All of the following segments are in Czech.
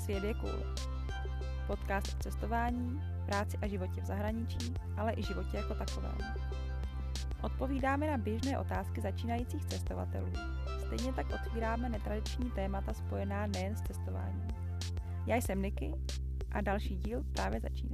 Svět je cool. Podcast o cestování, práci a životě v zahraničí, ale i životě jako takovém. Odpovídáme na běžné otázky začínajících cestovatelů. Stejně tak otvíráme netradiční témata spojená nejen s cestováním. Já jsem Niky a další díl právě začíná.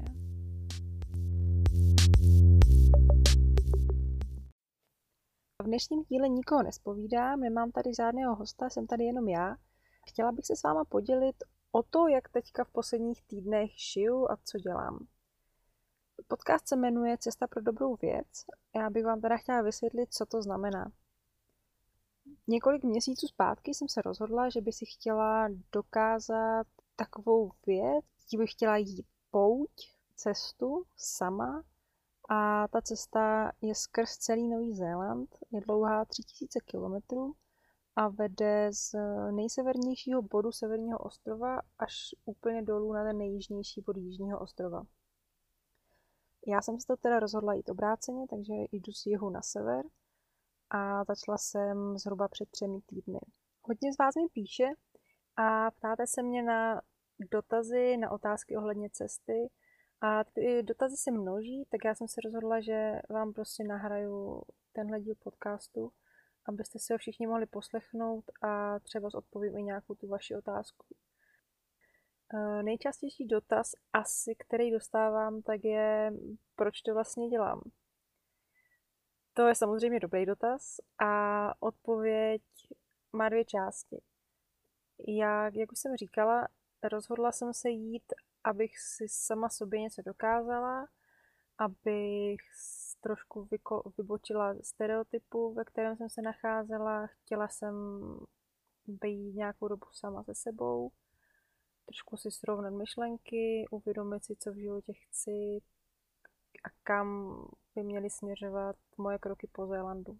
V dnešním díle nikoho nespovídám, nemám tady žádného hosta, jsem tady jenom já. Chtěla bych se s váma podělit o to, jak teďka v posledních týdnech žiju a co dělám. Podcast se jmenuje Cesta pro dobrou věc. Já bych vám teda chtěla vysvětlit, co to znamená. Několik měsíců zpátky jsem se rozhodla, že bych si chtěla dokázat takovou věc, že bych chtěla jít pouť, cestu sama a ta cesta je skrz celý Nový Zéland, je dlouhá 3000 kilometrů a vede z nejsevernějšího bodu severního ostrova až úplně dolů na ten nejjižnější bod jižního ostrova. Já jsem se to teda rozhodla jít obráceně, takže jdu z jihu na sever a začala jsem zhruba před 3 týdny. Hodně z vás mi píše a ptáte se mě na dotazy, na otázky ohledně cesty a ty dotazy se množí, tak já jsem se rozhodla, že vám prostě nahraju tenhle díl podcastu, abyste si ho všichni mohli poslechnout a třeba odpovím i nějakou tu vaši otázku. Nejčastější dotaz asi, který dostávám, tak je, proč to vlastně dělám. To je samozřejmě dobrý dotaz a odpověď má 2 části. Jak už jsem říkala, rozhodla jsem se jít, abych si sama sobě něco dokázala, abych trošku vybočila stereotypu, ve kterém jsem se nacházela. Chtěla jsem být nějakou dobu sama se sebou, trošku si srovnat myšlenky, uvědomit si, co v životě chci a kam by měly směřovat moje kroky po Zélandu.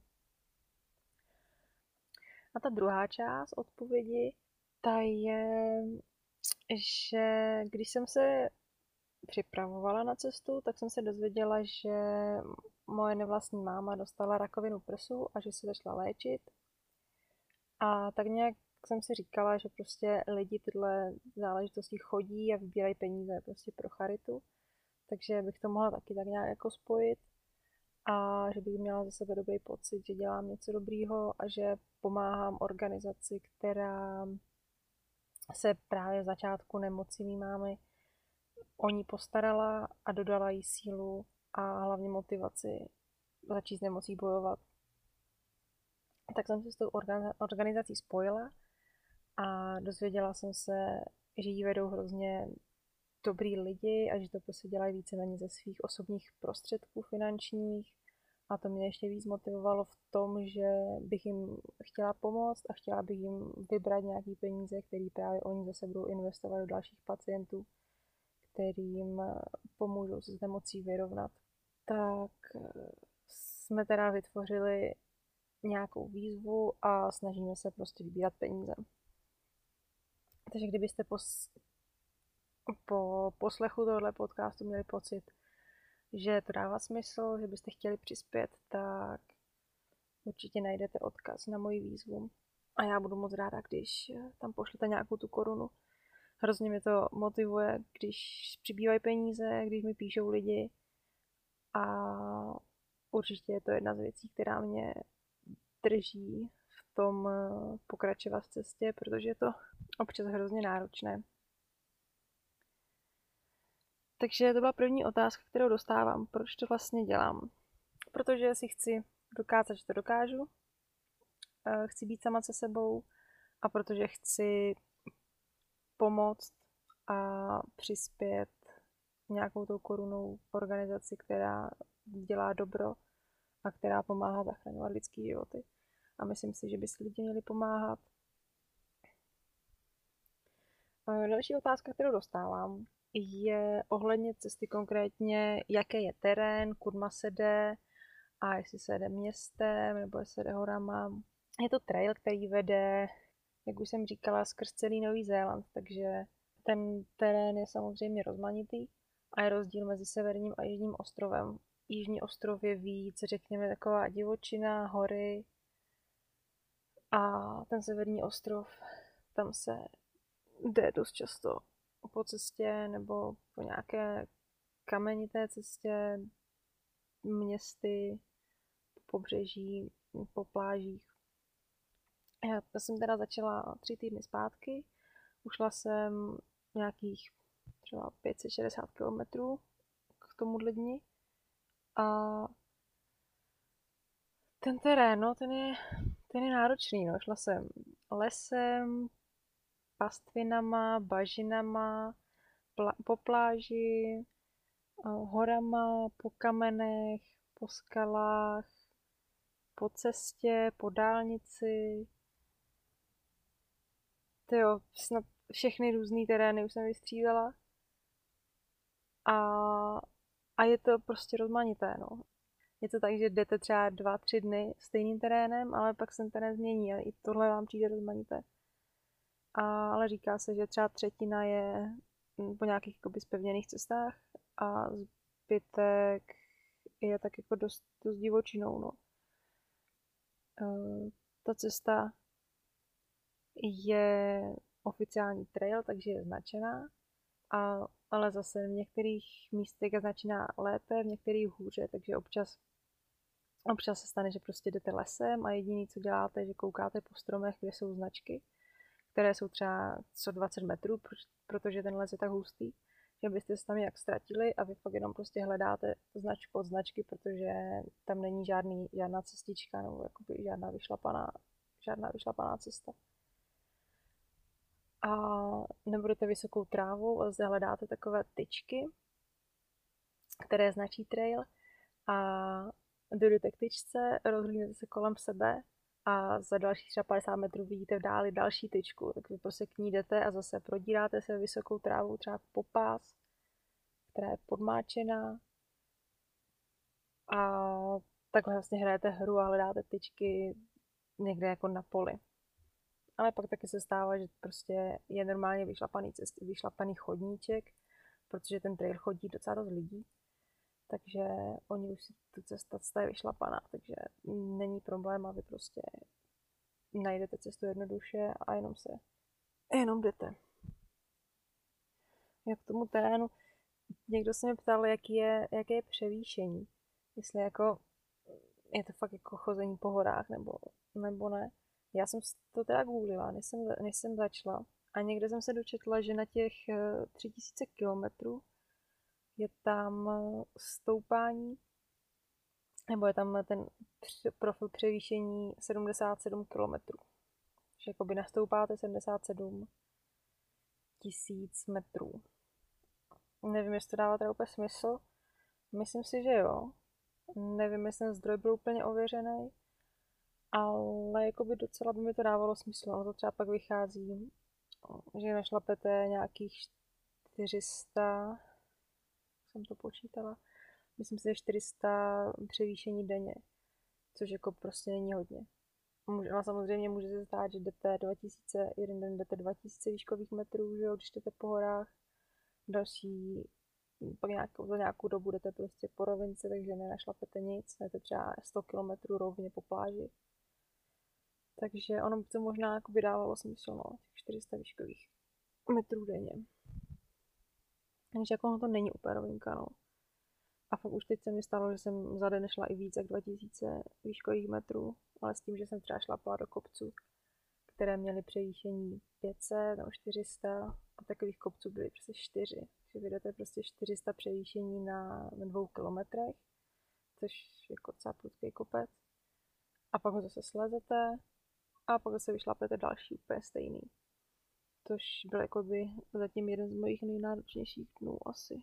A ta druhá část odpovědi, ta je, že když jsem se připravovala na cestu, tak jsem se dozvěděla, že moje nevlastní máma dostala rakovinu prsu a že se začala léčit. A tak nějak jsem si říkala, že prostě lidi tyhle záležitosti chodí a vybírají peníze prostě pro charitu. Takže bych to mohla taky tak nějak jako spojit. A že bych měla za sebe dobrý pocit, že dělám něco dobrýho a že pomáhám organizaci, která se právě v začátku nemoci mý mámy o ní postarala a dodala jí sílu a hlavně motivaci začít s nemocí bojovat. Tak jsem se s tou organizací spojila a dozvěděla jsem se, že jí vedou hrozně dobrý lidi a že to prostě dělají víceméně ze svých osobních prostředků finančních. A to mě ještě víc motivovalo v tom, že bych jim chtěla pomoct a chtěla bych jim vybrat nějaký peníze, které právě oni zase budou investovat do dalších pacientů, kterým pomůžou se s nemocí vyrovnat. Tak jsme teda vytvořili nějakou výzvu a snažíme se prostě vybírat peníze. Takže kdybyste po poslechu tohle podcastu měli pocit, že to dává smysl, že byste chtěli přispět, tak určitě najdete odkaz na moji výzvu. A já budu moc ráda, když tam pošlete nějakou tu korunu. Hrozně mě to motivuje, když přibývají peníze, když mi píšou lidi. A určitě je to jedna z věcí, která mě drží v tom pokračovat v cestě, protože je to občas hrozně náročné. Takže to byla první otázka, kterou dostávám. Proč to vlastně dělám? Protože si chci dokázat, že to dokážu. Chci být sama se sebou a protože chci pomoct a přispět nějakou tou korunou organizaci, která dělá dobro a která pomáhá zachraňovat lidské životy. A myslím si, že by si lidi měli pomáhat. Další otázka, kterou dostávám, je ohledně cesty konkrétně, jaký je terén, kudma se jde a jestli se jde městem nebo jestli se jde horama. Je to trail, který vede, jak už jsem říkala, skrz celý Nový Zéland, takže ten terén je samozřejmě rozmanitý a je rozdíl mezi severním a jižním ostrovem. Jižní ostrov je víc, řekněme, taková divočina, hory a ten severní ostrov, tam se jde dost často po cestě nebo po nějaké kamenité cestě, městy, po pobřeží, po plážích. Já jsem teda začala 3 týdny zpátky, ušla jsem nějakých třeba 560 kilometrů k tomuhle dni a ten terén, no, ten je náročný, no. Šla jsem lesem, pastvinama, bažinama, po pláži, horama, po kamenech, po skalách, po cestě, po dálnici. Tyjo, snad všechny různý terény už jsem vystřídala. A, a je to prostě rozmanité, no. Je to tak, že jdete třeba 2-3 dny stejným terénem, ale pak se ten terén změní a i tohle vám přijde rozmanité. Ale říká se, že třeba třetina je po nějakých jakoby zpevněných cestách a zbytek je tak jako dost divočinou, no. Ta cesta je oficiální trail, takže je značená, ale zase v některých místech je značená lépe, v některých hůře, takže občas se stane, že prostě jdete lesem a jediný, co děláte, je, že koukáte po stromech, kde jsou značky, které jsou třeba co 20 metrů, protože ten les je tak hustý, že byste se tam nějak ztratili a vy fakt jenom prostě hledáte značku od značky, protože tam není žádná cestička nebo jakoby žádná vyšlapaná cesta. A nebudete vysokou trávou, ale zde hledáte takové tyčky, které značí trail a dojdete k tyčce, rozhlídnete se kolem sebe a za dalších třeba 50 metrů vidíte v dáli další tyčku, tak vy prostě k ní jdete a zase prodíráte se vysokou trávou třeba po pás, která je podmáčená a takhle vlastně hrajete hru a hledáte tyčky někde jako na poli. Ale pak taky se stává, že prostě je normálně vyšlapaný chodníček, protože ten trail chodí docela dost lidí, takže oni už si tu cesta je vyšlapaná, takže není problém a vy prostě najdete cestu jednoduše a jenom jdete. Jak k tomu terénu, někdo se mě ptal, jaké je převýšení, jestli jako je to fakt jako chození po horách nebo ne. Já jsem to teda googlila, než jsem začala a někde jsem se dočetla, že na těch 3000 kilometrů je tam stoupání, nebo je tam ten profil převýšení 77 kilometrů. Že jakoby nastoupáte 77 000 metrů. Nevím, jestli to dává teda úplně smysl. Myslím si, že jo. Nevím, jestli ten zdroj byl úplně ověřený, ale jakoby docela by mi to dávalo smysl. Ono to třeba pak vychází, že našlapete nějakých 400, jsem to počítala, myslím si, že 400 převýšení denně, což jako prostě není hodně. Ale samozřejmě může se stát, že jdete 2000, jeden den jdete 2000 výškových metrů, že jo, když jdete po horách, další pak za nějakou dobu jdete prostě po rovince, takže nenašlapete nic, jdete třeba 100 km rovně po pláži. Takže ono by to možná jako by dávalo smysl, no, těch 400 výškových metrů denně. Takže jako ono to není úplně rovinka, no. A fakt už teď se mi stalo, že jsem za den nešla i víc jak 2000 výškových metrů, ale s tím, že jsem třeba šlapala do kopců, které měly převýšení 500 nebo 400 a takových kopců byly prostě 4. Takže vyjdete prostě 400 převýšení na 2 kilometrech, což je jako docela prudký kopec. A pak ho zase slezete a pak zase vyšlapete další úplně stejný. Což byl jakoby zatím jeden z mojich nejnáročnějších dnů asi.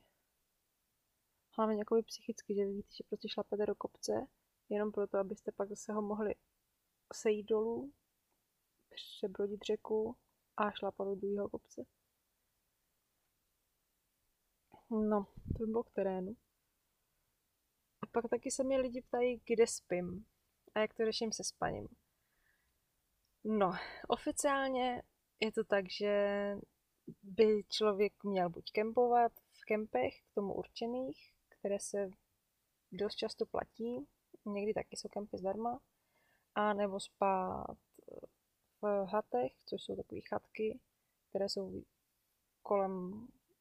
Hlavně jakoby psychicky, že víte, že prostě šlapete do kopce, jenom proto, abyste pak zase ho mohli sejít dolů, přebrodit řeku a šlapat do druhého kopce. No, to by bylo k terénu. A pak taky se mě lidi ptají, kde spím a jak to řeším se spaním. No, oficiálně je to tak, že by člověk měl buď kempovat v kempech k tomu určených, které se dost často platí, někdy taky jsou kempy zdarma, a nebo spát v hatech, což jsou takové chatky, které jsou kolem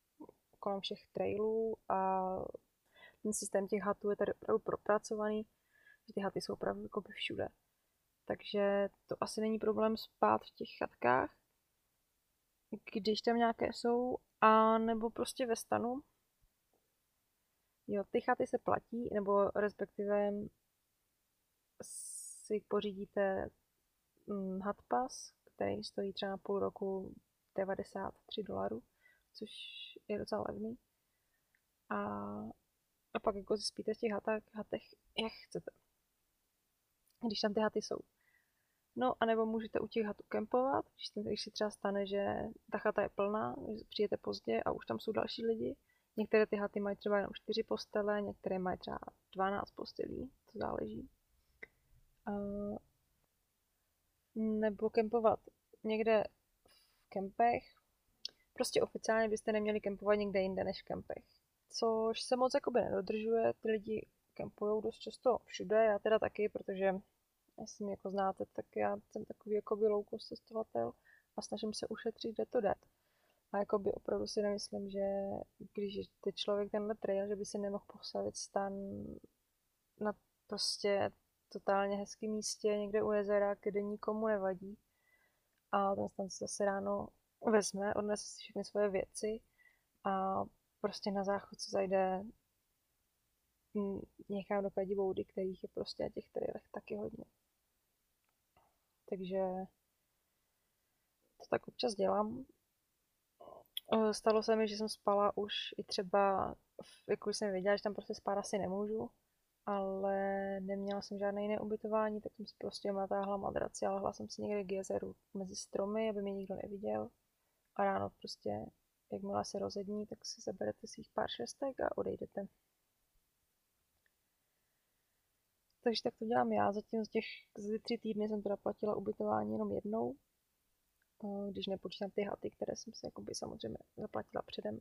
kolem všech trailů a ten systém těch hatů je tady opravdu propracovaný, že ty haty jsou opravdu jako by všude. Takže to asi není problém spát v těch chatkách, když tam nějaké jsou, a nebo prostě ve stanu. Jo, ty chaty se platí, nebo respektive si pořídíte hat pass, který stojí třeba na půl roku $93, což je docela levný. A pak jako si spíte v těch hatech, jak chcete, když tam ty haty jsou. No, anebo můžete u těch hatů kempovat, když si třeba stane, že ta chata je plná, že přijete pozdě a už tam jsou další lidi. Některé ty haty mají třeba jenom 4 postele, některé mají třeba 12 postelí, to záleží. Nebo kempovat někde v kempech. Prostě oficiálně byste neměli kempovat někde jinde než v kempech. Což se moc jakoby nedodržuje, ty lidi kempují dost často všude, já teda taky, protože jestli mě jako znáte, tak já jsem takový jakoby low cost cestovatel a snažím se ušetřit, kde to jde. A jakoby opravdu si nemyslím, že když je člověk tenhle trail, že by si nemohl postavit stan na prostě totálně hezkém místě, někde u jezera, kde nikomu nevadí. A ten stan si zase ráno vezme, odnese si všechny svoje věci a prostě na záchod se zajde někam do Kadiboudy, kterých je prostě na těch trailech taky hodně. Takže to tak občas dělám. Stalo se mi, že jsem spala už i třeba, jako už jsem věděla, že tam prostě spát asi nemůžu, ale neměla jsem žádné jiné ubytování, tak jsem si prostě natáhla madraci a lehla jsem si někde k jezeru mezi stromy, aby mě nikdo neviděl. A ráno prostě, jakmile se rozední, tak si zaberete svých pár šestek a odejdete. Takže tak to dělám já. Zatím z 3 týdny jsem teda platila ubytování jenom jednou, když nepočítám ty haty, které jsem si jakoby samozřejmě zaplatila předem.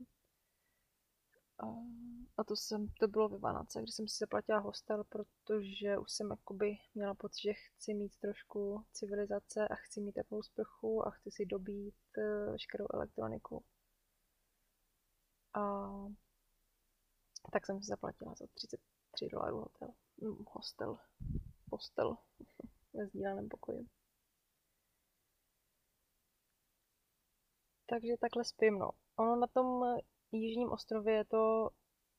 A to bylo ve Vánoce, kdy jsem si zaplatila hostel, protože už jsem jakoby měla pocit, že chci mít trošku civilizace a chci mít takovou sprchu a chci si dobít veškerou elektroniku. A tak jsem si zaplatila za $33 postel ve sdíleném pokoji. Takže takhle spím, no. Ono na tom jižním ostrově je to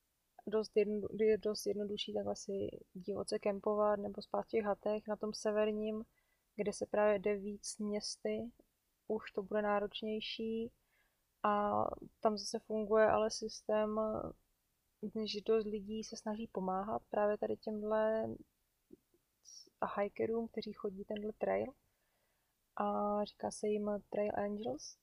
dost jednodušší takhle si divoce kempovat nebo spát v těch hatech. Na tom severním, kde se právě jde víc městy, už to bude náročnější a tam zase funguje ale systém, že dost lidí se snaží pomáhat právě tady těmhle hikerům, kteří chodí tenhle trail, a říká se jim Trail Angels.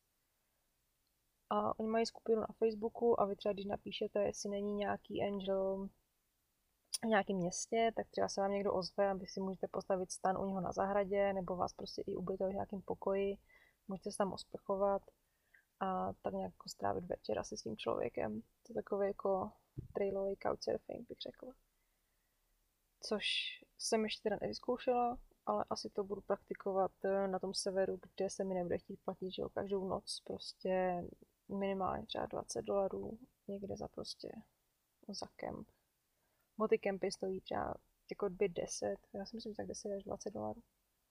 A oni mají skupinu na Facebooku a vy třeba když napíšete, jestli není nějaký angel v nějakém městě, tak třeba se vám někdo ozve, aby si můžete postavit stan u něho na zahradě, nebo vás prostě i ubytovat v nějakém pokoji, můžete se tam osprchovat a tak nějak jako strávit večer asi s tím člověkem. To je takový jako trailový couchsurfing, bych řekla. Což jsem ještě teda nevyzkoušela, ale asi to budu praktikovat na tom severu, kde se mi nebude chtít platit, že jo, každou noc prostě minimálně třeba $20 někde za kemp. Bo ty kempy stojí třeba jako 10, já si myslím, že tak 10 až $20.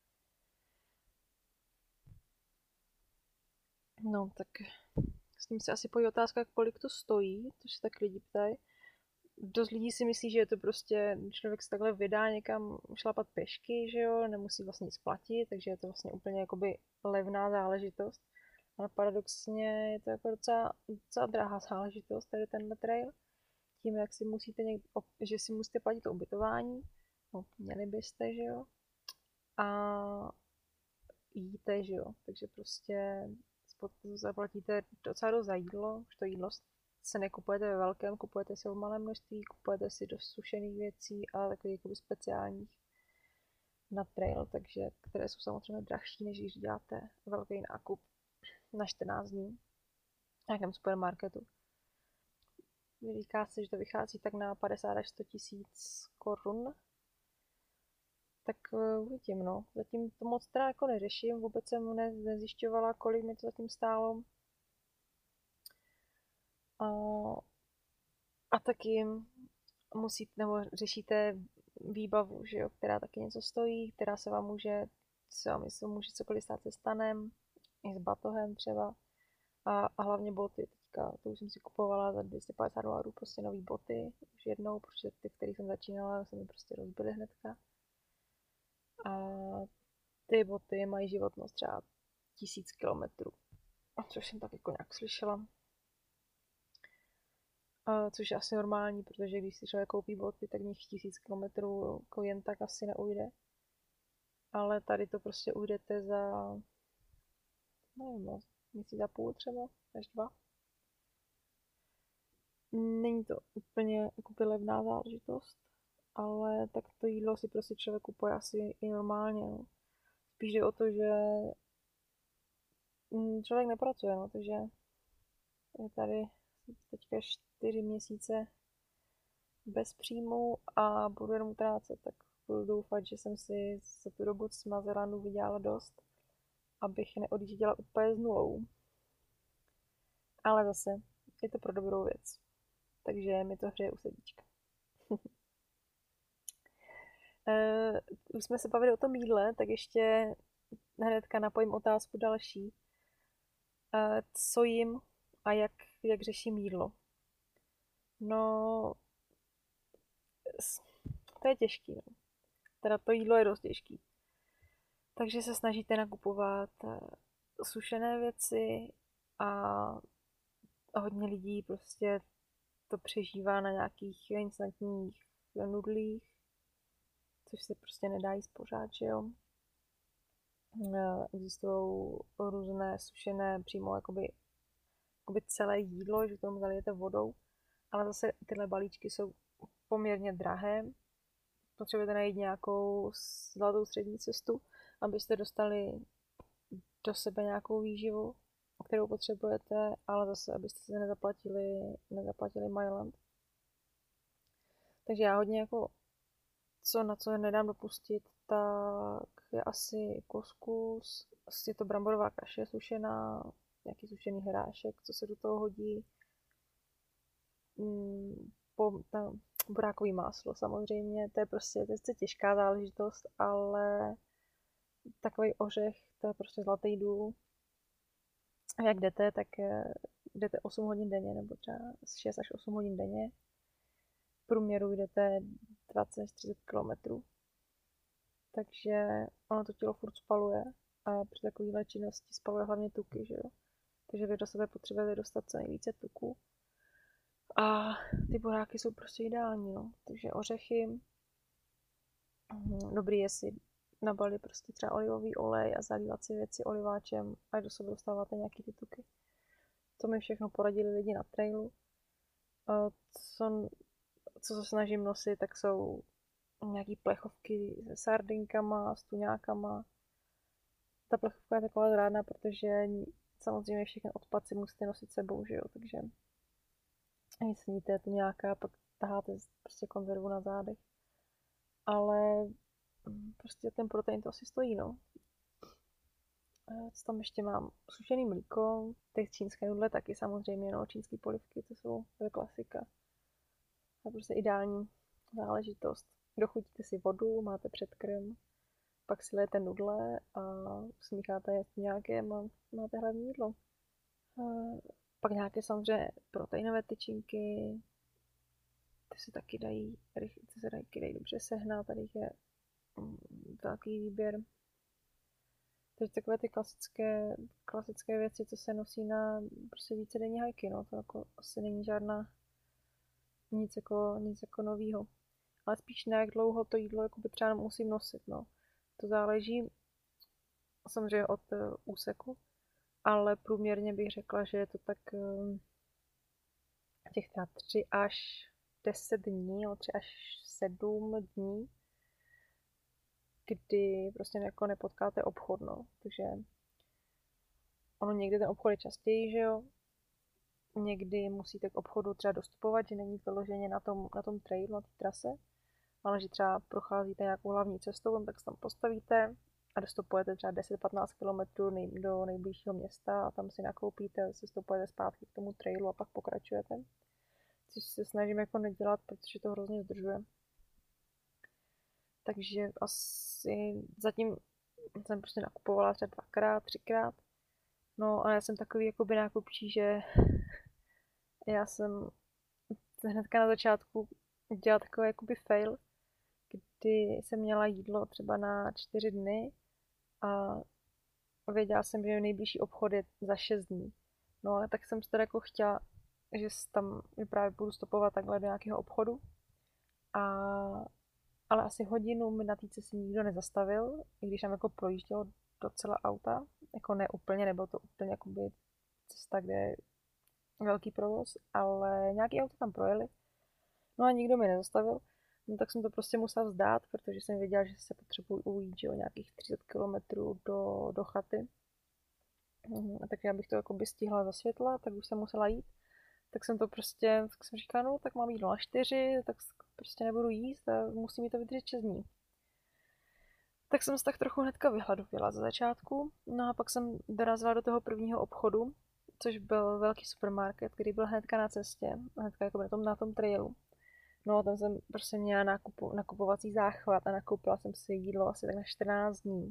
No, tak s tím se asi pojí otázka, kolik to stojí, to se tak lidi ptají. Dost lidí si myslí, že je to prostě, člověk se takhle vydá někam šlapat pěšky, že jo, nemusí vlastně nic platit, takže je to vlastně úplně jakoby levná záležitost. Ale paradoxně je to jako docela drahá záležitost, tady tenhle trail. Tím, jak si musíte že si musíte platit to ubytování, no, měli byste, že jo, a jíte, že jo, takže prostě zaplatíte docela dost za jídlo, už to jídlo se nekupujete ve velkém, kupujete si v malém množství, kupujete si dost sušených věcí a takových jakoby speciálních na trail, takže které jsou samozřejmě drahší, než když děláte velký nákup na 14 dní v nějakém supermarketu. Říká se, že to vychází tak na 50 až 100 tisíc korun. Tak uvidím, no. Zatím to moc teda jako neřeším, vůbec jsem nezjišťovala, kolik mi to zatím stálo. A, a taky musíte, nebo řešíte výbavu, že jo, která taky něco stojí, která se vám může, co vám myslím, může cokoliv stát se stanem, i s batohem třeba. A hlavně boty teďka, to už jsem si kupovala za $250, prostě nový boty, už jednou, protože ty, které jsem začínala, se mi prostě rozbily hnedka. A ty boty mají životnost třeba 1000 kilometrů, což jsem tak jako nějak slyšela. Což je asi normální, protože když si člověk koupí boty, tak nich 1000 kilometrů jako jen tak asi neujde. Ale tady to prostě ujdete za, nevím, no, měsíc a půl třeba, až 2. Není to úplně jako levná záležitost, ale tak to jídlo si prostě člověk kupuje asi i normálně. No. Spíš jde o to, že člověk nepracuje, no, takže je tady teďka 4 měsíce bez příjmu a budu jenom utrácet, tak budu doufat, že jsem si za tu dobu z Mazelandu vydělala dost, abych neodjížděla úplně s nulou. Ale zase, je to pro dobrou věc, takže mi to hřeje u srdíčka. Už jsme se bavili o tom jídle, tak ještě hnedka napojím otázku další. Co jim a jak řeším jídlo? No, to je těžký. No. Teda to jídlo je dost těžký. Takže se snažíte nakupovat sušené věci a hodně lidí prostě to přežívá na nějakých instantních nudlích, což se prostě nedá jíst pořád, že jo. Existují různé sušené přímo jakoby celé jídlo, že tomu zalijete vodou, ale zase tyhle balíčky jsou poměrně drahé. Potřebujete najít nějakou zlatou střední cestu, abyste dostali do sebe nějakou výživu, kterou potřebujete, ale zase, abyste se nezaplatili Mailand. Takže já hodně jako, na co nedám dopustit, tak je asi kuskus, je to bramborová kaše sušená, nějaký sušený hrášek, co se do toho hodí, borákový máslo samozřejmě, to je prostě těžká záležitost, ale takový ořech, to je prostě zlatý důl. Jak jdete, tak jdete 8 hodin denně, nebo třeba 6 až 8 hodin denně. V průměru jdete 20 až 30 kilometrů. Takže ono to tělo furt spaluje a při takovéhle činnosti spaluje hlavně tuky, že jo. Takže vy do sebe potřebujete dostat co nejvíce tuku. A ty boráky jsou prostě ideální, no. Takže ořechy, dobrý je si nabalit prostě třeba olivový olej a zalívat si věci oliváčem, až do sebe dostáváte nějaký ty tuky. To mi všechno poradili lidi na trailu. Co se snažím nosit, tak jsou nějaký plechovky se sardinkama, s tuňákama. Ta plechovka je taková zrádná, protože samozřejmě všechny odpad si musíte nosit sebou, že jo, takže když sníte tuňáka, pak taháte prostě konzervu na zádech. Ale prostě ten protein to asi stojí, no. Co tam ještě mám? Sušený mlíko, ty čínské nudle taky samozřejmě, no, čínské polivky, to je klasika. To je prostě ideální záležitost. Dochutíte si vodu, máte předkrm, pak si lijete nudle a smícháte je s nějakým a máte hlavní jídlo. Pak nějaké samozřejmě proteinové tyčinky, ty se taky dají dobře sehnat, tady je velký výběr. Takže takové ty klasické věci, co se nosí na prostě vícedenní hajky, no, to jako asi není nic jako novýho. Ale spíš ne, jak dlouho to jídlo jako by třeba musím nosit, no. To záleží samozřejmě od úseku, ale průměrně bych řekla, že je to tak těch třeba 3 až 10 dní, nebo 3 až 7 dní, kdy prostě jako nepotkáte obchod, no. Takže ono někdy ten obchod je častěji, že jo. Někdy musíte k obchodu třeba dostupovat, že není vyloženě na tom trailu, na té trase, ale že třeba procházíte nějakou hlavní cestou, tak se tam postavíte a dostupujete třeba 10-15 kilometrů do nejbližšího města a tam si nakoupíte, si stopujete zpátky k tomu trailu a pak pokračujete. Což se snažím jako nedělat, protože to hrozně zdržuje. Takže asi zatím jsem prostě nakupovala třeba 2x, 3x. No a já jsem takový jakoby nákupčí, že já jsem hnedka na začátku dělala takový jakoby fail, kdy jsem měla jídlo třeba na 4 dny a věděla jsem, že nejbližší obchod je za 6 dní. No ale tak jsem si teda jako chtěla, že tam právě budu stopovat takhle do nějakého obchodu. Ale asi hodinu mi na té cestě nikdo nezastavil, i když tam jako projíždělo docela auta. Jako ne úplně, nebylo to úplně jakoby cesta, kde je velký provoz, ale nějaký auta tam projeli. No a nikdo mi nezastavil. No tak jsem to prostě musela vzdát, protože jsem věděla, že se potřebuji ujít, že o nějakých 30 kilometrů do chaty. A tak já bych to jakoby stihla za světla, tak už jsem musela jít. Tak jsem to prostě, tak jsem říkala, no tak mám jídlo na 4, tak prostě nebudu jíst a musí mi to vydržet 6 dní. Tak jsem se tak trochu hnedka vyhladověla za začátku, no a pak jsem dorazila do toho prvního obchodu, což byl velký supermarket, který byl hnedka na cestě, hnedka jako na tom trailu. No a tam jsem prostě měla nakupovací záchvat a nakoupila jsem si jídlo asi tak na 14 dní.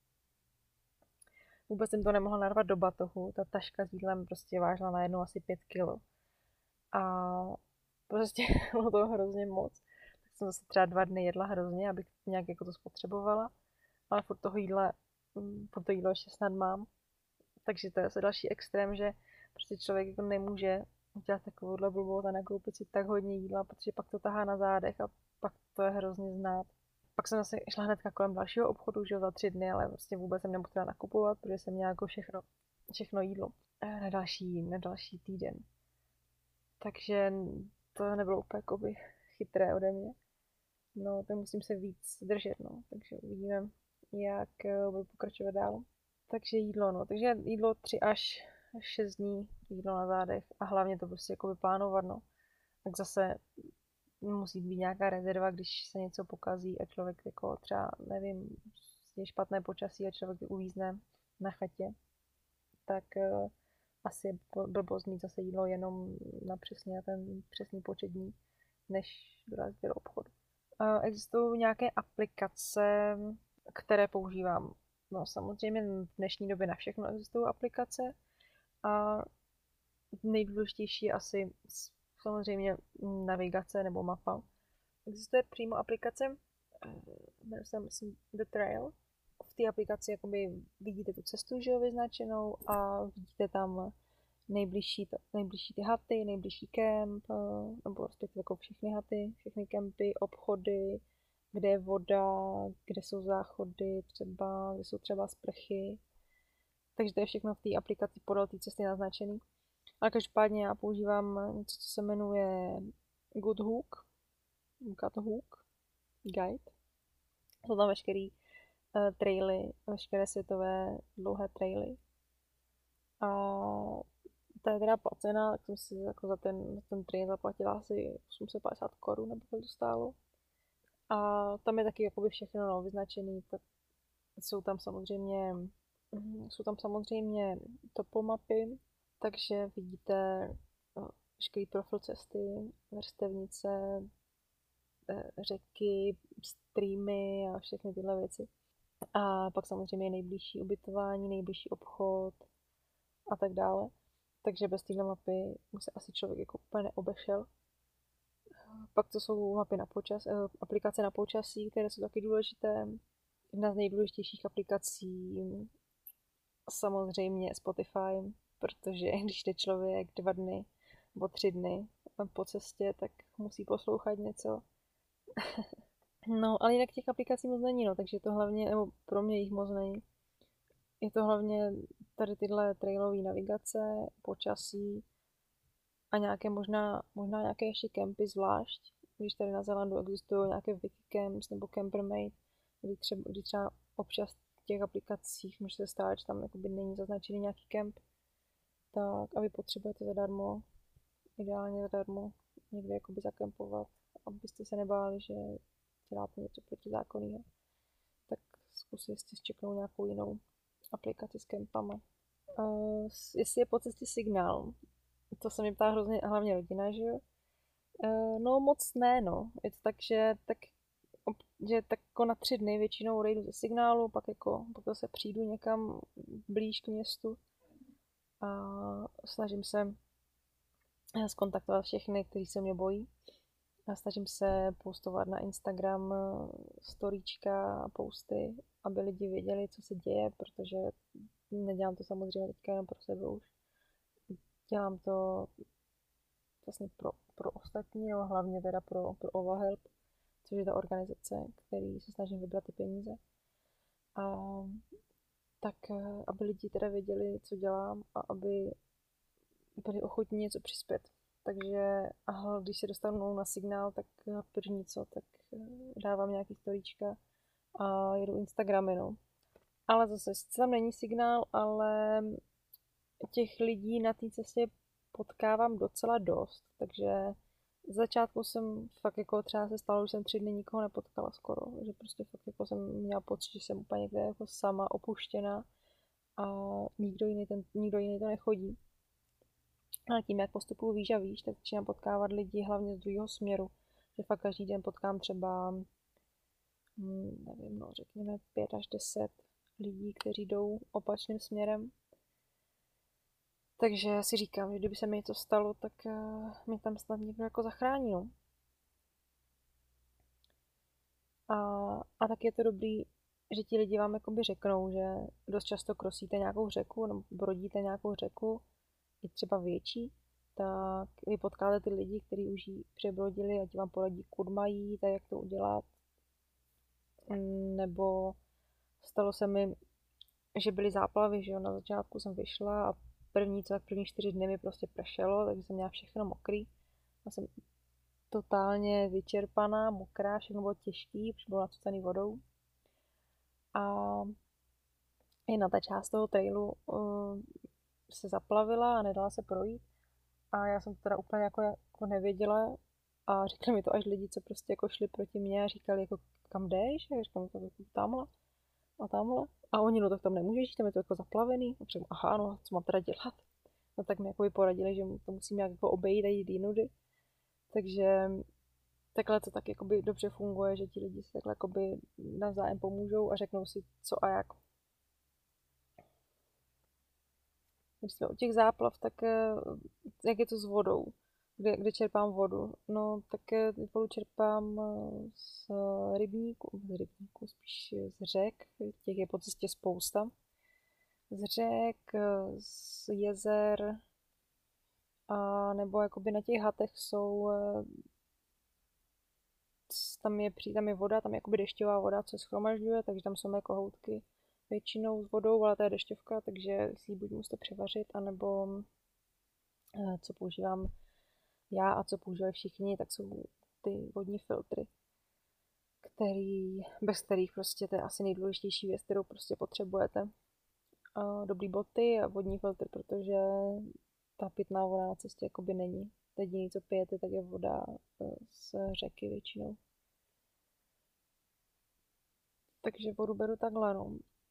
Vůbec jsem to nemohla narvat do batohu, ta taška s jídlem prostě vážila najednou asi 5 kilo. A prostě bylo to hrozně moc. Tak jsem zase třeba 2 dny jedla hrozně, abych nějak jako to spotřebovala. Ale furt to jídlo ještě snad mám. Takže to je asi další extrém, že prostě člověk jako nemůže udělat takovouhle blbost a nakoupit si tak hodně jídla, protože pak to tahá na zádech a pak to je hrozně znát. Pak jsem zase šla hnedka kolem dalšího obchodu, že za 3 dny, ale prostě vůbec jsem nemusela nakupovat, protože jsem měla jako všechno jídlo na další týden. Takže to nebylo úplně jakoby chytré ode mě. No, tak musím se víc držet, no. Takže uvidíme, jak budu pokračovat dál. Takže jídlo, no. Takže jídlo 3 až 6 dní, jídlo na zádech a hlavně to prostě jakoby plánovat, no. Tak zase musí být nějaká rezerva, když se něco pokazí a člověk jako třeba, nevím, je špatné počasí a člověk uvízne na chatě, tak asi je blbost mít zase jídlo jenom na přesně ten přesný počet dní, než dorazit do obchodu. Existují nějaké aplikace, které používám. No samozřejmě v dnešní době na všechno existují aplikace a nejdůležitější je asi samozřejmě navigace nebo mapa. Existuje přímo aplikace, jmenuje se myslím The Trail. V té aplikaci jakoby vidíte tu cestu, že jo, vyznačenou a vidíte tam nejbližší ty haty, nejbližší kemp, nebo respektive jako všechny haty, všechny kempy, obchody, kde je voda, kde jsou záchody, třeba, kde jsou třeba sprchy. Takže to je všechno v té aplikaci podél té cesty naznačený. Ale každopádně já používám něco, co se jmenuje Guide. Jsou tam veškerý traily, veškeré světové dlouhé traily. A ta je teda placená, tak jsem si jako za ten trail zaplatila asi 850 korun, nebo kolik to stálo. A tam je taky jakoby všechno no, vyznačený. Jsou tam samozřejmě topomapy, takže vidíte veškerý profil cesty, vrstevnice, řeky, streamy a všechny tyhle věci. A pak samozřejmě nejbližší ubytování, nejbližší obchod a tak dále. Takže bez téhle mapy se asi člověk jako úplně neobešel. Pak to jsou mapy na aplikace na počasí, které jsou taky důležité. Jedna z nejdůležitějších aplikací samozřejmě Spotify, protože když jde člověk 2 dny nebo 3 dny po cestě, tak musí poslouchat něco. No, ale jinak těch aplikací moc není, no, takže to hlavně, nebo pro mě jich moc není. Je to hlavně tady tyhle trailové navigace, počasí a nějaké možná nějaké ještě kempy zvlášť. Když tady na Zélandu existují nějaké Wikicamps nebo Campermate, kdy třeba občas v těch aplikacích může se stát, že tam jakoby není zaznačený nějaký kemp, tak a vy potřebujete zadarmo, ideálně zadarmo, někde jakoby zakempovat, abyste se nebáli, že děláte něco protizákonného. Tak zkusím, jestli čeknou nějakou jinou aplikaci s kempama. Jestli je po cestě signál, to se mě ptá hrozně, hlavně rodina, že jo? No moc ne, no. Je to tak, že tak jako na 3 dny většinou odejdu ze signálu, pak se přijdu někam blíž k městu a snažím se zkontaktovat všechny, kteří se mě bojí. A snažím se postovat na Instagram storíčka a posty, aby lidi věděli, co se děje, protože nedělám to samozřejmě teďka jenom pro sebe už. Dělám to vlastně pro ostatní, ale hlavně teda pro OvaHelp, což je ta organizace, který se snažím vybrat ty peníze. A tak, aby lidi teda věděli, co dělám a aby byli ochotní něco přispět. Takže když se dostanu na signál, tak první tak dávám nějaký storíčka a jedu Instagramy, no. Ale zase, tam není signál, ale těch lidí na té cestě potkávám docela dost, takže z začátku jsem fakt jako třeba se stalo, že jsem 3 dny nikoho nepotkala skoro, že prostě fakt jako jsem měla pocit, že jsem úplně někde jako sama opuštěná a nikdo jiný to nechodí. Ale tím, jak postupuju výš a výš, tak začínám potkávat lidi hlavně z druhého směru, že fakt každý den potkám třeba, nevím, no, řekněme 5 až 10 lidí, kteří jdou opačným směrem. Takže si říkám, že kdyby se mi něco stalo, tak mě tam snad někdo jako zachrání, no. A tak je to dobrý, že ti lidi vám jakoby řeknou, že dost často krosíte nějakou řeku, nebo brodíte nějakou řeku, i třeba větší, tak vy potkáte ty lidi, kteří už ji přebrodili a ti vám poradí, kud mají, tak jak to udělat. Nebo stalo se mi, že byly záplavy, že jo, na začátku jsem vyšla a první 4 dny mi prostě pršelo, takže jsem měla všechno mokrý. Já jsem totálně vyčerpaná, mokrá, všechno bylo těžký, protože bylo nacucaný vodou. A i na ta část toho trailu se zaplavila a nedala se projít. A já jsem to teda úplně jako nevěděla a řekli mi to až lidi, co prostě jako šli proti mně a říkali jako kam jdeš? A já říkám, to tamhle a tamhle. A oni, no tak tam nemůžeš, tam je to jako zaplavený. A říkám, aha, no co mám teda dělat? No tak mi jako poradili, že to musím nějak jako obejít a jít jinudy. Takže takhle to tak jakoby dobře funguje, že ti lidi si takhle jakoby navzájem pomůžou a řeknou si co a jak. Když jsme u těch záplav, tak jak je to s vodou? Kde čerpám vodu? No, tak vodu čerpám z rybníku, spíš z řek, těch je po cestě spousta. Z řek, z jezer, a nebo jakoby na těch hatech jsou, tam je voda, tam je jakoby dešťová voda, co schromažďuje, takže tam jsou jako houtky většinou s vodou, ale to je dešťovka, takže si ji buď musíte převařit, anebo co používám já a co používají všichni, tak jsou ty vodní filtry, bez kterých prostě to je asi nejdůležitější věc, kterou prostě potřebujete. Dobrý boty a vodní filtr, protože ta pitná voda na cestě jakoby není. To jediné, co pijete, tak je voda z řeky většinou. Takže vodu beru takhle, no.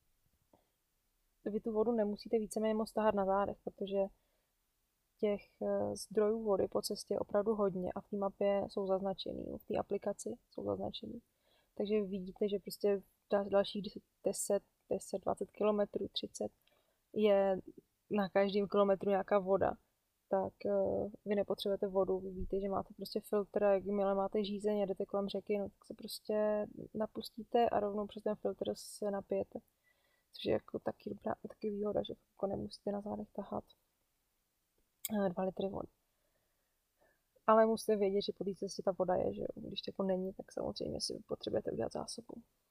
Vy tu vodu nemusíte víceméně moc tahat na zádech, protože těch zdrojů vody po cestě je opravdu hodně a v té mapě jsou zaznačený, v té aplikaci jsou zaznačený. Takže vidíte, že prostě dalších 10, 20 kilometrů, 30 je na každém kilometru nějaká voda. Tak vy nepotřebujete vodu, vy víte, že máte prostě filtr a jakmile máte žízeň a jdete kolem řeky, no tak se prostě napustíte a rovnou přes ten filtr se napijete. Což je jako taky výhoda, že jako nemusíte na zádech tahat 2 litry vody. Ale musíte vědět, že po té cestě ta voda je, že jo. Když to jako není, tak samozřejmě si potřebujete udělat zásobu.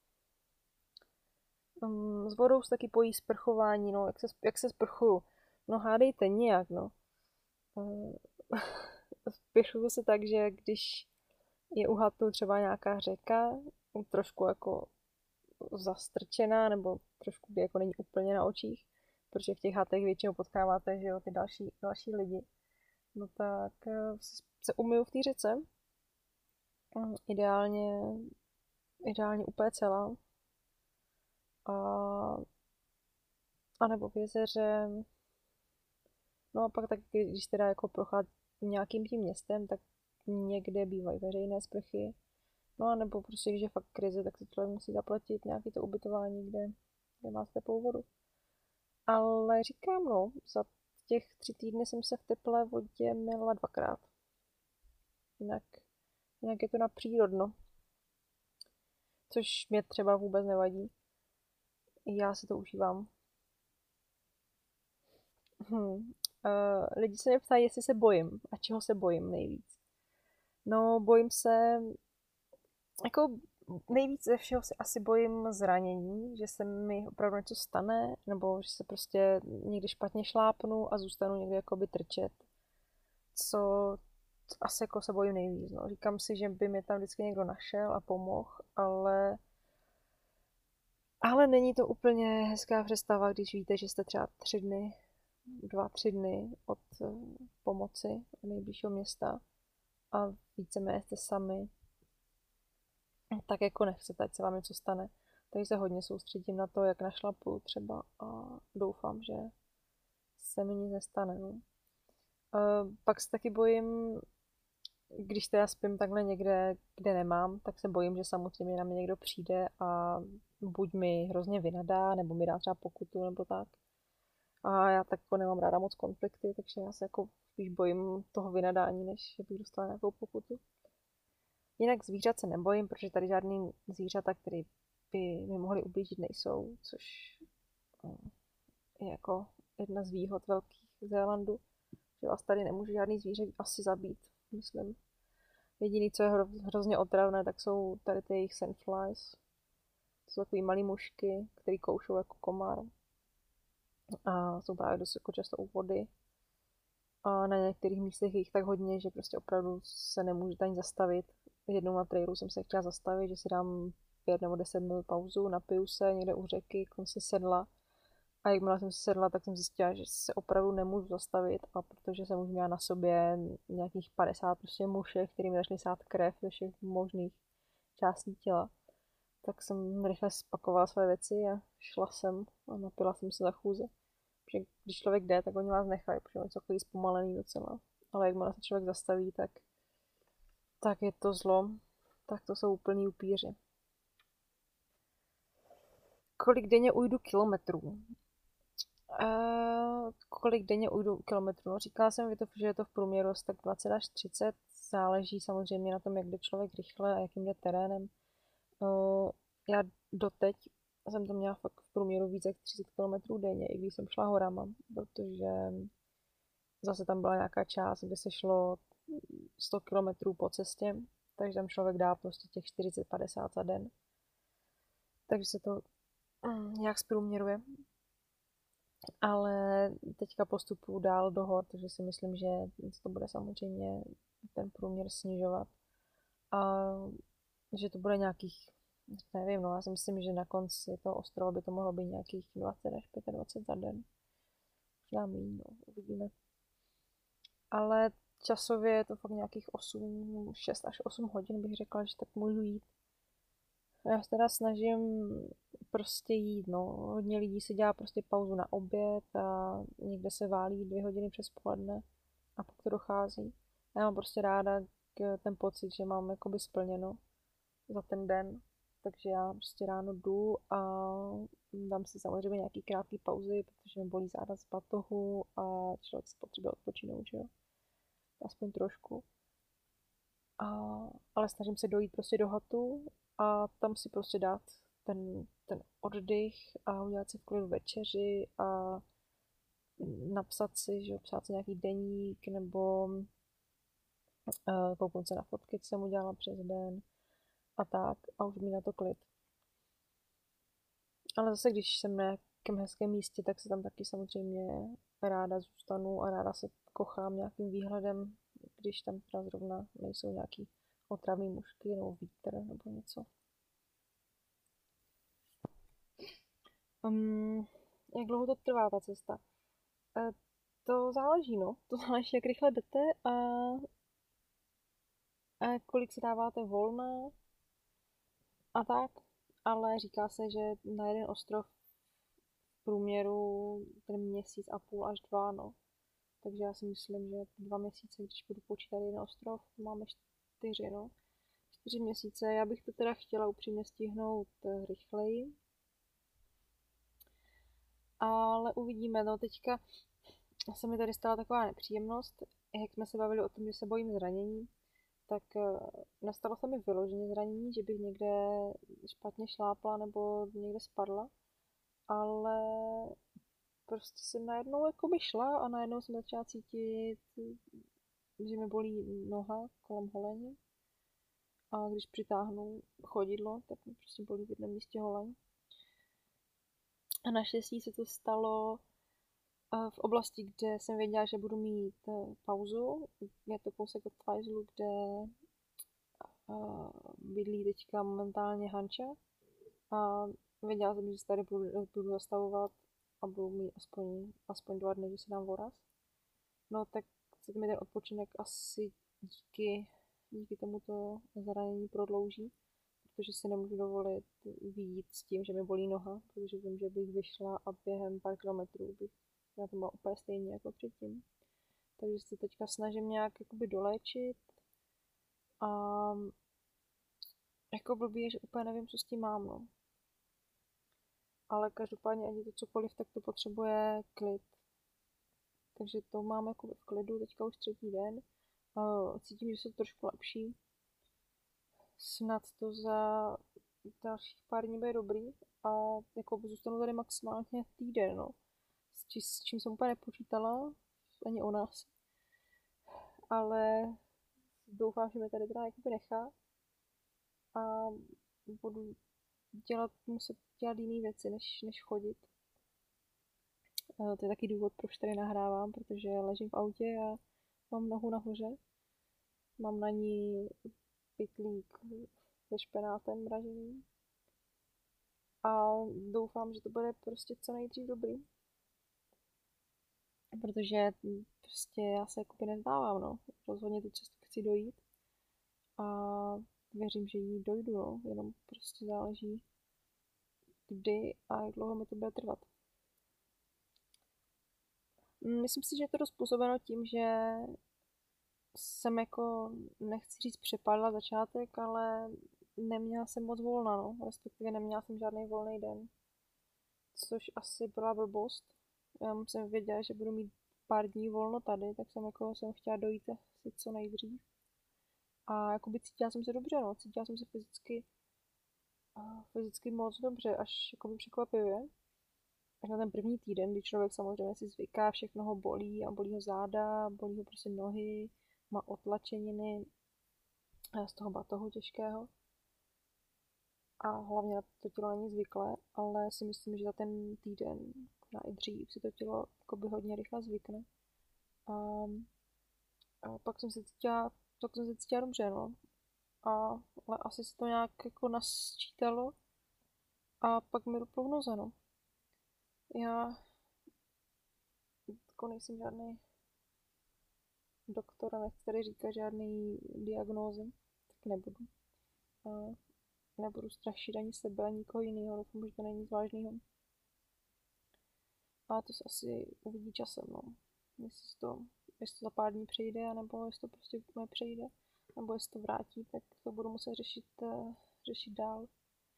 S vodou se taky pojí sprchování, no, jak se sprchuju. No hádejte nějak, no. Sprchuju se tak, že když je u hatu třeba nějaká řeka, trošku jako zastrčená, nebo trošku jako není úplně na očích, protože v těch hatech většinou potkáváte, že jo, ty další lidi. No tak se umyju v té řece. Ideálně úplně celá. a nebo v jezeře. No a pak taky, když teda jako prochází nějakým tím městem, tak někde bývají veřejné sprchy. No a nebo prostě, když je fakt krize, tak si člověk musí zaplatit nějaké to ubytování, kde má teplou vodu. Ale říkám, no, za těch 3 týdny jsem se v teplé vodě myla 2krát. Jinak je to na přírodno. Což mě třeba vůbec nevadí. Já si to užívám. Lidi se mě ptají, jestli se bojím. A čeho se bojím nejvíc. No, bojím se... Jako nejvíc ze všeho se asi bojím zranění, že se mi opravdu něco stane, nebo že se prostě někdy špatně šlápnu a zůstanu někde jakoby trčet. Co asi jako se bojím nejvíc. No. Říkám si, že by mě tam vždycky někdo našel a pomohl, ale není to úplně hezká představa, když víte, že jste třeba 2-3 dny od pomoci nejbližšího města a víceméně jste sami. Tak jako nechcete, ať se vám něco stane. Takže se hodně soustředím na to, jak našlapu třeba a doufám, že se mi nic nestane. No. Pak se taky bojím, když teda spím takhle někde, kde nemám, tak se bojím, že samozřejmě na mě někdo přijde a buď mi hrozně vynadá, nebo mi dá třeba pokutu, nebo tak. A já tak jako nemám ráda moc konflikty, takže já se jako spíš bojím toho vynadání, než bych dostala nějakou pokutu. Jinak zvířat se nebojím, protože tady žádný zvířata, které by mi mohly ublížit, nejsou, což je jako jedna z výhod Velkých Zélandu, že vás tady nemůže žádný zvíře asi zabít, myslím. Jediný, co je hrozně otravné, tak jsou tady ty jejich sandflies. To jsou takový malý mušky, který koušou jako komár. A jsou právě dost jako často u vody. A na některých místech je jich tak hodně, že prostě opravdu se nemůžete ani zastavit. Jednou na trailu jsem se chtěla zastavit, že si dám 5 nebo 10 minut pauzu, napiju se někde u řeky, kam si sedla. A jakmile jsem si sedla, tak jsem zjistila, že se opravdu nemůžu zastavit, a protože jsem už měla na sobě nějakých 50 prostě mušek, kterým začaly sát krev ve všech možných částí těla. Tak jsem rychle spakovala své věci a šla jsem a napila jsem se za chůze. Protože když člověk jde, tak oni vás nechají, protože oni jsou takový zpomalený docela. Ale jakmile se člověk zastaví, tak je to zlo. Tak to jsou úplný upíři. Kolik denně ujdu kilometrů? Kolik denně ujdu kilometrů? No, říkala jsem, že je to v průměru tak 20 až 30. Záleží samozřejmě na tom, jak jde člověk rychle a jakým jde terénem. Já doteď jsem to měla fakt v průměru více jak 30 km denně, i když jsem šla horama, protože zase tam byla nějaká část, kde se šlo 100 km po cestě, takže tam člověk dá prostě těch 40-50 za den. Takže se to nějak zprůměruje. Ale teďka postupuju dál do hor, takže si myslím, že to bude samozřejmě ten průměr snižovat. A že to bude nějakých, nevím, no já si myslím, že na konci toho ostrova by to mohlo být nějakých 20 až 25 za den. Možná míň, no, uvidíme. Ale časově je to fakt nějakých 6 až 8 hodin, bych řekla, že tak můžu jít. Já se teda snažím prostě jít, no. Hodně lidí si dělá prostě pauzu na oběd a někde se válí 2 hodiny přes poledne a pak to dochází. Já mám prostě ráda ten pocit, že mám jakoby splněno za ten den, takže já prostě ráno jdu a dám si samozřejmě nějaký krátký pauzy, protože mi bolí záda z batohu a člověk si potřebuje odpočinout, že jo. Aspoň trošku. Ale snažím se dojít prostě do hatu a tam si prostě dát ten oddych a udělat si v klidu večeři a napsat si, že psát si nějaký deník nebo kouknout se na fotky, co jsem udělala přes den a tak a už mi na to klid. Ale zase, když jsem na nějakém hezkém místě, tak se tam taky samozřejmě ráda zůstanu a ráda se kochám nějakým výhledem, když tam teda zrovna nejsou nějaký otravný mušky nebo vítr nebo něco. Jak dlouho to trvá ta cesta? To záleží, no. To záleží, jak rychle jdete a kolik si dáváte volna a tak. ale říká se, že na jeden ostrov v průměru ten měsíc a půl až dva, no. Takže já si myslím, že 2 měsíce, když budu počítat jeden ostrov, máme 4, no. 4 měsíce. Já bych to teda chtěla upřímně stihnout rychleji, ale uvidíme. No teďka se mi tady stala taková nepříjemnost, jak jsme se bavili o tom, že se bojím zranění, tak nastalo se mi vyloženě zranění, že bych někde špatně šlápla nebo někde spadla, ale prostě jsem najednou jakoby šla a najednou jsem začala cítit, že mi bolí noha kolem holení a když přitáhnu chodidlo, tak mi prostě bolí v jednom místě holeň. A naštěstí se to stalo v oblasti, kde jsem věděla, že budu mít pauzu. Je to kousek od Twijzlu, kde bydlí teďka momentálně Hanča. A věděla jsem, že se tady budu zastavovat a budu mít aspoň 2 dny, že si dám voraz. No tak se mi ten odpočinek asi díky tomuto zranění prodlouží, protože si nemůžu dovolit vyjít s tím, že mi bolí noha, protože vím, že bych vyšla a během pár kilometrů bych na to byla úplně stejně jako předtím. Takže se teďka snažím nějak jakoby doléčit a jako blbý je, že úplně nevím, co s tím mám, no. Ale každopádně, ať je to cokoliv, tak to potřebuje klid. Takže to mám jako v klidu, teďka už 3. den. Cítím, že se to trošku lepší. Snad to za dalších pár dní bude dobrý a jako zůstanu tady maximálně týden, no. S čím jsem úplně nepočítala, ani o nás. Ale doufám, že mě tady teda jakoby nechá a budu muset dělat jiné věci, než chodit. To je taky důvod, proč tady nahrávám, protože ležím v autě a mám nohu nahoře. Mám na ní pytlík se špenátem mraženým. A doufám, že to bude prostě co nejdřív dobrý. Protože prostě já se jakoby nezdávám, no. Rozhodně tu cestu chci dojít. A věřím, že jí dojdu, no. Jenom prostě záleží, kdy a jak dlouho mi to bude trvat. Myslím si, že je to dost způsobeno tím, že jsem jako, nechci říct přepadla začátek, ale neměla jsem moc volna, no. Respektive neměla jsem žádný volný den. Což asi byla blbost. Já jsem věděla, že budu mít pár dní volno tady, tak jsem chtěla dojít asi co nejdřív. A jakoby cítila jsem se dobře, no. Cítila jsem se fyzicky moc dobře, až jakoby překvapivě. Až na ten první týden, kdy člověk samozřejmě si zvyká, všechno ho bolí a bolí ho záda, bolí ho prostě nohy, má otlačeniny z toho batohu těžkého. A hlavně na to tělo není zvyklé, ale si myslím, že za ten týden, možná i dřív, si to tělo jakoby hodně rychle zvykne. A, a pak jsem se cítila dobře, no. Ale asi se to nějak jako nasčítalo a pak mi doplou noze, no. Já jako nejsem žádný doktor a nechci tady říkat žádný diagnózy, tak nebudu. A nebudu strašit ani sebe, ani nikoho jiného, doufám, že to není nic vážného. A to se asi uvidí časem, no. Jestli to za pár dní přejde, nebo jestli to prostě nepřejde, nebo jestli to vrátí, tak to budu muset řešit dál.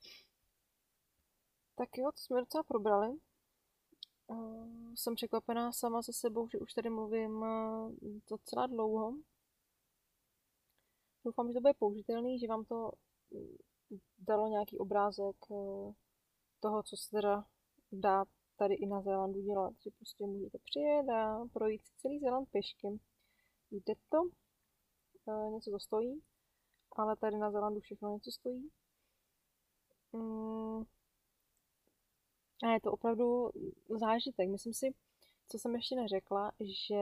Tak jo, to jsme docela probrali. Jsem překvapená sama se sebou, že už tady mluvím docela dlouho. Doufám, že to bude použitelný, že vám to dalo nějaký obrázek toho, co se teda dá tady i na Zélandu dělat. Že prostě můžete přijet a projít si celý Zéland pěšky. Jde to, něco to stojí, ale tady na Zélandu všechno něco stojí. A je to opravdu zážitek. Myslím si, co jsem ještě neřekla, že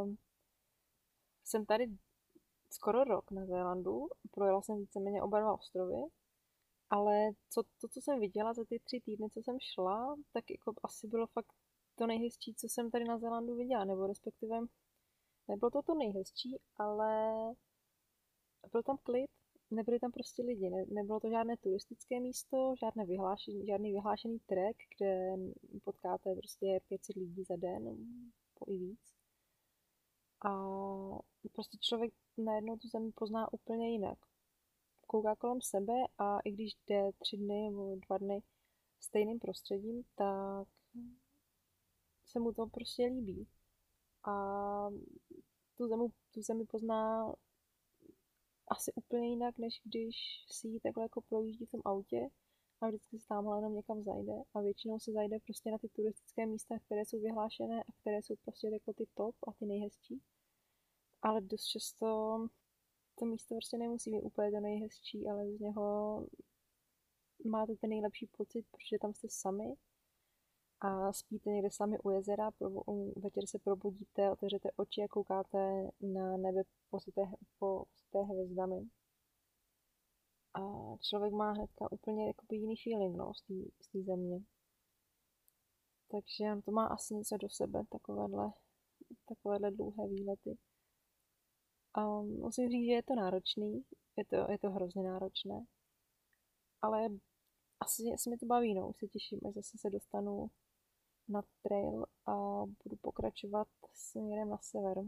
jsem tady skoro rok na Zélandu, projela jsem víceméně oba 2 ostrovy, ale co jsem viděla za ty 3 týdny, co jsem šla, tak jako asi bylo fakt to nejhezčí, co jsem tady na Zélandu viděla, nebo respektive nebylo to nejhezčí, ale byl tam klid, nebyli tam prostě lidi, nebylo to žádné turistické místo, žádný vyhlášený trek, kde potkáte prostě 500 lidí za den, po i víc. A prostě člověk najednou tu zemi pozná úplně jinak. Kouká kolem sebe a i když jde 3 dny nebo 2 dny stejným prostředím, tak se mu to prostě líbí. A tu zemi pozná asi úplně jinak, než když si ji takhle jako projíždí v tom autě a vždycky se tamhle jenom někam zajde a většinou se zajde prostě na ty turistické místa, které jsou vyhlášené a které jsou prostě jako ty top a ty nejhezčí. Ale dost často to místo prostě nemusí být úplně to nejhezčí, ale z něho máte ten nejlepší pocit, protože tam jste sami a spíte někde sami u jezera, večer se probudíte, otevřete oči a koukáte na nebe posyté hvězdami. A člověk má hnedka úplně jakoby jiný feeling, no, z té země. Takže to má asi něco do sebe, takovéhle dlouhé výlety. A musím říct, že je to náročný, je to hrozně náročné, ale asi se mi to baví, no, už se těším, až zase se dostanu na trail a budu pokračovat směrem na sever.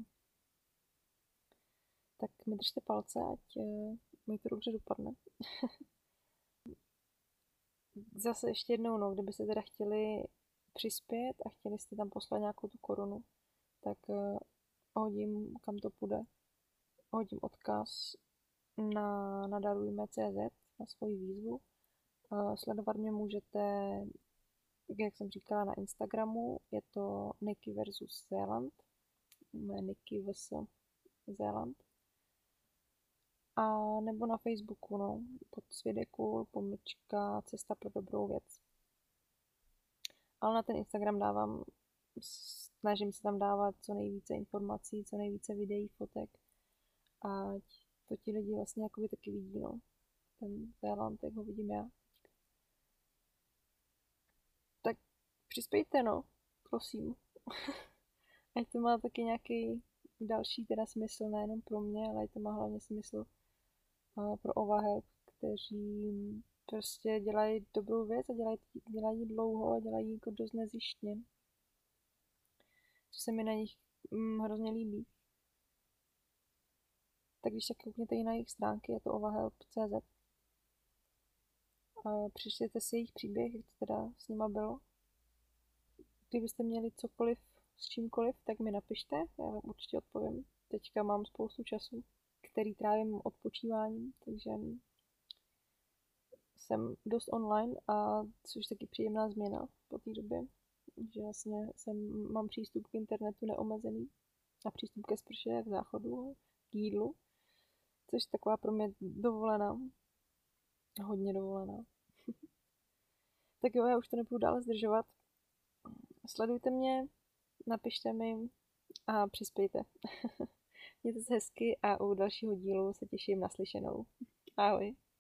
Tak mi držte palce, ať mi to dobře dopadne. Zase ještě jednou, no, kdybyste teda chtěli přispět a chtěli jste tam poslat nějakou tu korunu, tak hodím, kam to půjde. Hodím odkaz na darujme.cz na svoji výzvu. Sledovat mě můžete, jak jsem říkala, na Instagramu, je to Niky versus Zéland, Niky vs. Zéland. A nebo na Facebooku, no, pod Svědekul, Cesta pro dobrou věc. Ale na ten Instagram snažím se tam dávat co nejvíce informací, co nejvíce videí, fotek. Ať to ti lidi vlastně jakoby taky vidí, no. Ten Zéland, jak ho vidím já. Tak přispějte, no, prosím. Ať to má taky nějaký další teda smysl, nejenom pro mě, ale ať to má hlavně smysl pro OvaHelp, kteří prostě dělají dobrou věc a dělají dlouho a dělají jako dost nezištně. Což se mi na nich hrozně líbí. Tak když tak koukněte i na jejich stránky, je to ovahelp.cz. Přečtěte si jejich příběh, jak to teda s nima bylo. Kdybyste měli cokoliv s čímkoliv, tak mi napište, já vám určitě odpovím. Teďka mám spoustu času, který trávím odpočíváním, takže jsem dost online a což taky příjemná změna po té době, že vlastně mám přístup k internetu neomezený a přístup ke sprše, k záchodu, k jídlu, což je taková pro mě dovolená, hodně dovolená. Tak jo, já už to nebudu dále zdržovat. Sledujte mě, napište mi a přispějte. Mějte se hezky a u dalšího dílu se těším na slyšenou. Ahoj.